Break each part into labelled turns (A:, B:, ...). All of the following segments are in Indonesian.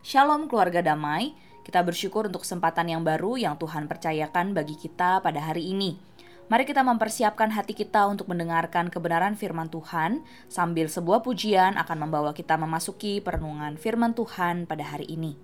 A: Shalom keluarga damai, kita bersyukur untuk kesempatan yang baru yang Tuhan percayakan bagi kita pada hari ini. Mari kita mempersiapkan hati kita untuk mendengarkan kebenaran firman Tuhan, sambil sebuah pujian akan membawa kita memasuki perenungan firman Tuhan pada hari ini.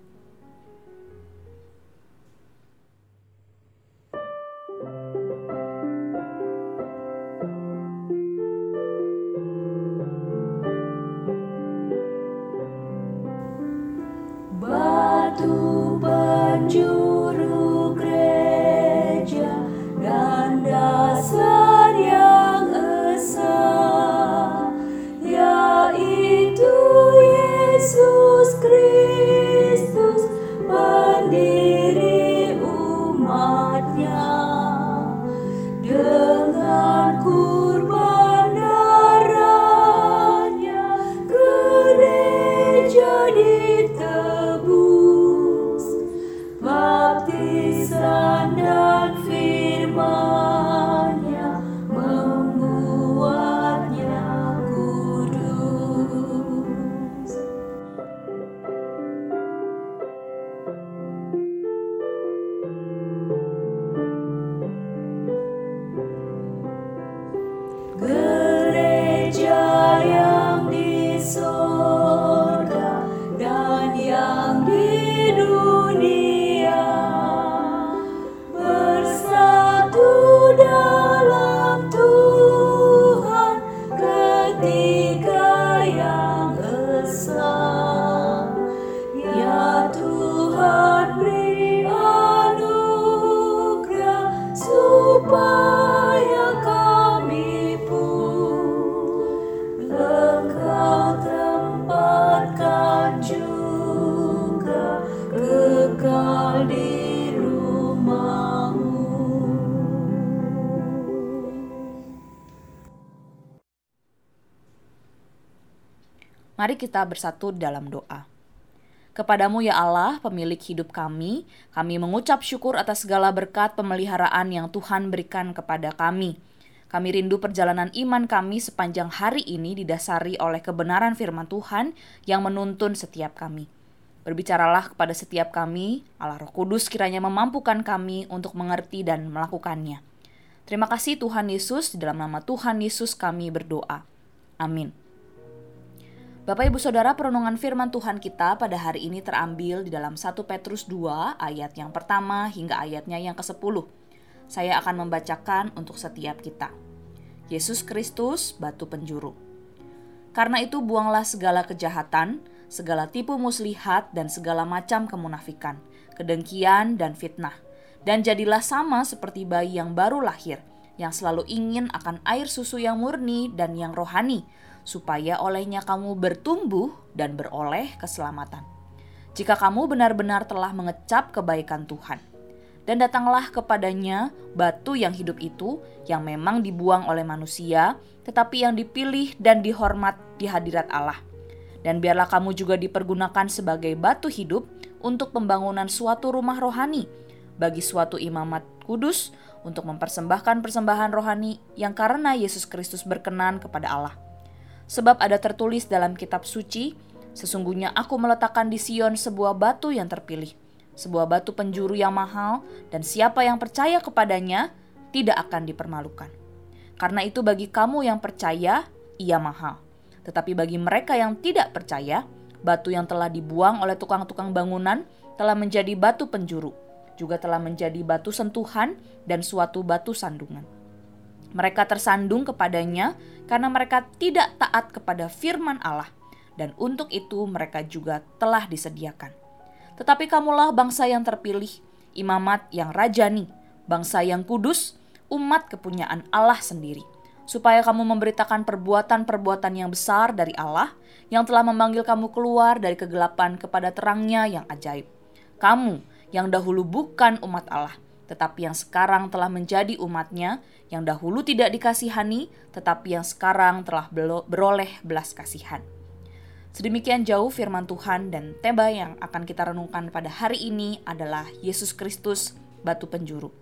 B: Batu penjuru gereja dan dasar yang esa, yaitu Yesus Kristus, pendiri umatnya. Dengan kurban darahnya, gereja ditebus, baptisan dan firman-Nya membuatnya kudus. Gereja yang di sorga dan yang di dunia bersatu dalam Tuhan, ketiga yang esa. Ya Tuhan, beri anugerah supaya kami pun Engkau tempatkan juga kekal di rumah-Mu.
A: Mari kita bersatu dalam doa. Kepadamu ya Allah, pemilik hidup kami mengucap syukur atas segala berkat pemeliharaan yang Tuhan berikan kepada kami. Kami rindu perjalanan iman kami sepanjang hari ini didasari oleh kebenaran firman Tuhan yang menuntun setiap kami. Berbicaralah kepada setiap kami, Allah Roh Kudus kiranya memampukan kami untuk mengerti dan melakukannya. Terima kasih Tuhan Yesus, di dalam nama Tuhan Yesus kami berdoa. Amin. Bapak Ibu Saudara, perenungan firman Tuhan kita pada hari ini terambil di dalam 1 Petrus 2 ayat yang pertama hingga ayatnya yang ke-10. Saya akan membacakan untuk setiap kita. Yesus Kristus, batu penjuru. Karena itu buanglah segala kejahatan, segala tipu muslihat dan segala macam kemunafikan, kedengkian dan fitnah. Dan jadilah sama seperti bayi yang baru lahir, yang selalu ingin akan air susu yang murni dan yang rohani, supaya olehnya kamu bertumbuh dan beroleh keselamatan. Jika kamu benar-benar telah mengecap kebaikan Tuhan. Dan datanglah kepadanya batu yang hidup itu, yang memang dibuang oleh manusia, tetapi yang dipilih dan dihormat di hadirat Allah. Dan biarlah kamu juga dipergunakan sebagai batu hidup untuk pembangunan suatu rumah rohani, bagi suatu imamat kudus, untuk mempersembahkan persembahan rohani yang karena Yesus Kristus berkenan kepada Allah. Sebab ada tertulis dalam kitab suci, sesungguhnya aku meletakkan di Sion sebuah batu yang terpilih, sebuah batu penjuru yang mahal, dan siapa yang percaya kepadanya tidak akan dipermalukan. Karena itu bagi kamu yang percaya, ia mahal. Tetapi bagi mereka yang tidak percaya, batu yang telah dibuang oleh tukang-tukang bangunan telah menjadi batu penjuru, juga telah menjadi batu sentuhan dan suatu batu sandungan. Mereka tersandung kepadanya karena mereka tidak taat kepada firman Allah, dan untuk itu mereka juga telah disediakan. Tetapi kamulah bangsa yang terpilih, imamat yang rajani, bangsa yang kudus, umat kepunyaan Allah sendiri, supaya kamu memberitakan perbuatan-perbuatan yang besar dari Allah, yang telah memanggil kamu keluar dari kegelapan kepada terangnya yang ajaib. Kamu yang dahulu bukan umat Allah, tetapi yang sekarang telah menjadi umatnya, yang dahulu tidak dikasihani, tetapi yang sekarang telah beroleh belas kasihan. Sedemikian jauh firman Tuhan, dan tema yang akan kita renungkan pada hari ini adalah Yesus Kristus, batu penjuru.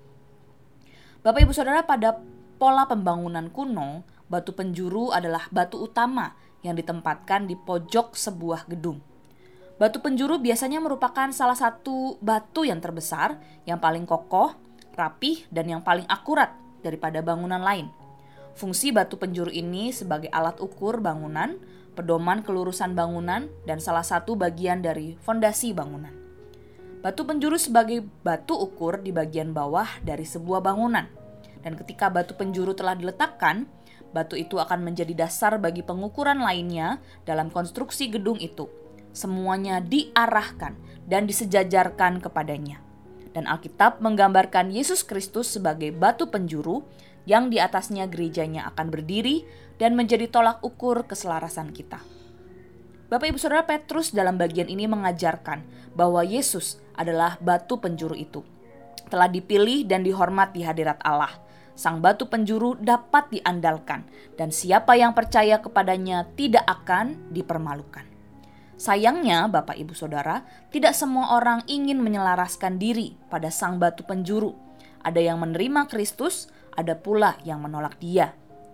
A: Bapak Ibu Saudara, pada pola pembangunan kuno, batu penjuru adalah batu utama yang ditempatkan di pojok sebuah gedung. Batu penjuru biasanya merupakan salah satu batu yang terbesar, yang paling kokoh, rapih, dan yang paling akurat daripada bangunan lain. Fungsi batu penjuru ini sebagai alat ukur bangunan, pedoman kelurusan bangunan, dan salah satu bagian dari fondasi bangunan. Batu penjuru sebagai batu ukur di bagian bawah dari sebuah bangunan. Dan ketika batu penjuru telah diletakkan, batu itu akan menjadi dasar bagi pengukuran lainnya dalam konstruksi gedung itu. Semuanya diarahkan dan disejajarkan kepadanya. Dan Alkitab menggambarkan Yesus Kristus sebagai batu penjuru yang di atasnya gerejanya akan berdiri dan menjadi tolak ukur keselarasan kita. Bapak Ibu Saudara, Petrus dalam bagian ini mengajarkan bahwa Yesus adalah batu penjuru itu. Telah dipilih dan dihormat di hadirat Allah. Sang batu penjuru dapat diandalkan dan siapa yang percaya kepadanya tidak akan dipermalukan. Sayangnya Bapak Ibu Saudara, tidak semua orang ingin menyelaraskan diri pada sang batu penjuru. Ada yang menerima Kristus, ada pula yang menolak Dia.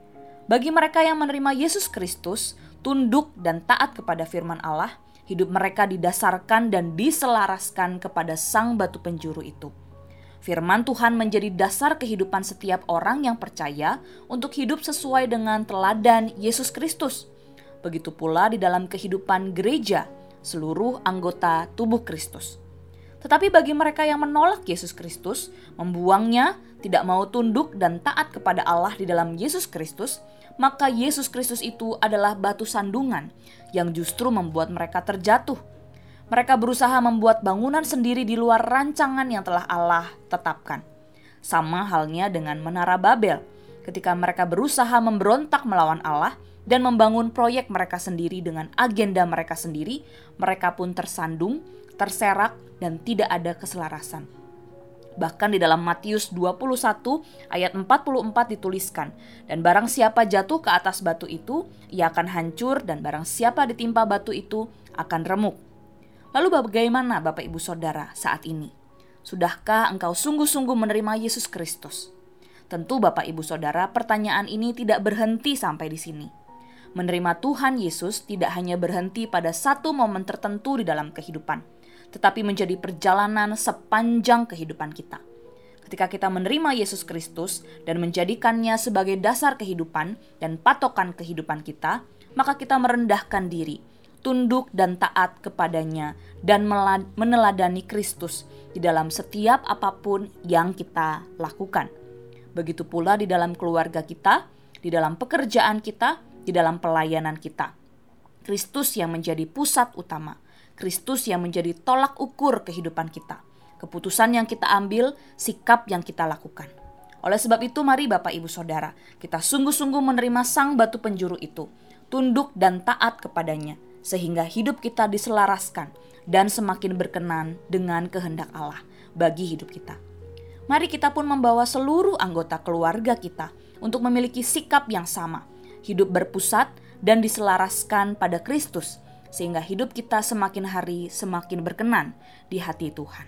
A: Bagi mereka yang menerima Yesus Kristus, tunduk dan taat kepada firman Allah, hidup mereka didasarkan dan diselaraskan kepada sang batu penjuru itu. Firman Tuhan menjadi dasar kehidupan setiap orang yang percaya untuk hidup sesuai dengan teladan Yesus Kristus. Begitu pula di dalam kehidupan gereja, seluruh anggota tubuh Kristus. Tetapi bagi mereka yang menolak Yesus Kristus, membuangnya, tidak mau tunduk dan taat kepada Allah di dalam Yesus Kristus, maka Yesus Kristus itu adalah batu sandungan yang justru membuat mereka terjatuh. Mereka berusaha membuat bangunan sendiri di luar rancangan yang telah Allah tetapkan. Sama halnya dengan Menara Babel, ketika mereka berusaha memberontak melawan Allah dan membangun proyek mereka sendiri dengan agenda mereka sendiri, mereka pun tersandung, terserak, dan tidak ada keselarasan. Bahkan di dalam Matius 21 ayat 44 dituliskan, dan barang siapa jatuh ke atas batu itu, ia akan hancur, dan barang siapa ditimpa batu itu akan remuk. Lalu bagaimana Bapak Ibu Saudara saat ini? Sudahkah engkau sungguh-sungguh menerima Yesus Kristus? Tentu Bapak Ibu Saudara, pertanyaan ini tidak berhenti sampai di sini. Menerima Tuhan Yesus tidak hanya berhenti pada satu momen tertentu di dalam kehidupan, tetapi menjadi perjalanan sepanjang kehidupan kita. Ketika kita menerima Yesus Kristus dan menjadikannya sebagai dasar kehidupan dan patokan kehidupan kita, maka kita merendahkan diri, tunduk dan taat kepadanya, dan meneladani Kristus di dalam setiap apapun yang kita lakukan. Begitu pula di dalam keluarga kita, di dalam pekerjaan kita, di dalam pelayanan kita. Kristus yang menjadi pusat utama. Kristus yang menjadi tolak ukur kehidupan kita. Keputusan yang kita ambil, sikap yang kita lakukan. Oleh sebab itu, mari Bapak Ibu Saudara, kita sungguh-sungguh menerima sang batu penjuru itu, tunduk dan taat kepadanya, sehingga hidup kita diselaraskan dan semakin berkenan dengan kehendak Allah bagi hidup kita. Mari kita pun membawa seluruh anggota keluarga kita untuk memiliki sikap yang sama, hidup berpusat dan diselaraskan pada Kristus, sehingga hidup kita semakin hari semakin berkenan di hati Tuhan.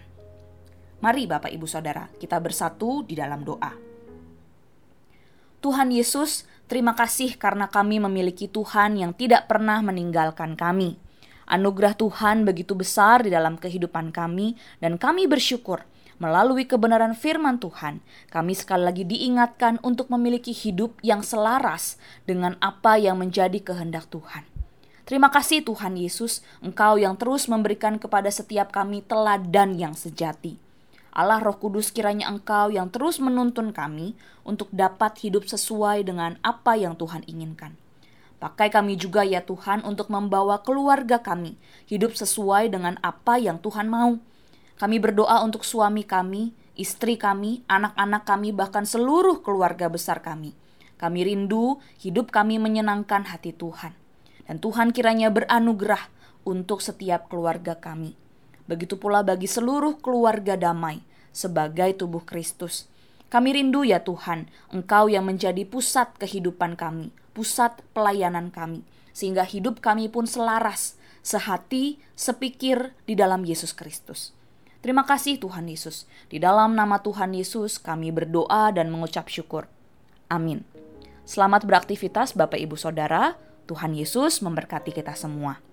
A: Mari Bapak Ibu Saudara, kita bersatu di dalam doa. Tuhan Yesus, terima kasih karena kami memiliki Tuhan yang tidak pernah meninggalkan kami. Anugerah Tuhan begitu besar di dalam kehidupan kami, dan kami bersyukur melalui kebenaran firman Tuhan, kami sekali lagi diingatkan untuk memiliki hidup yang selaras dengan apa yang menjadi kehendak Tuhan. Terima kasih Tuhan Yesus, Engkau yang terus memberikan kepada setiap kami teladan yang sejati. Allah Roh Kudus, kiranya Engkau yang terus menuntun kami untuk dapat hidup sesuai dengan apa yang Tuhan inginkan. Pakai kami juga ya Tuhan untuk membawa keluarga kami hidup sesuai dengan apa yang Tuhan mau. Kami berdoa untuk suami kami, istri kami, anak-anak kami, bahkan seluruh keluarga besar kami. Kami rindu hidup kami menyenangkan hati Tuhan. Dan Tuhan kiranya beranugerah untuk setiap keluarga kami. Begitu pula bagi seluruh keluarga damai sebagai tubuh Kristus. Kami rindu ya Tuhan, Engkau yang menjadi pusat kehidupan kami, pusat pelayanan kami, sehingga hidup kami pun selaras, sehati, sepikir di dalam Yesus Kristus. Terima kasih Tuhan Yesus. Di dalam nama Tuhan Yesus kami berdoa dan mengucap syukur. Amin. Selamat beraktivitas Bapak Ibu Saudara. Tuhan Yesus memberkati kita semua.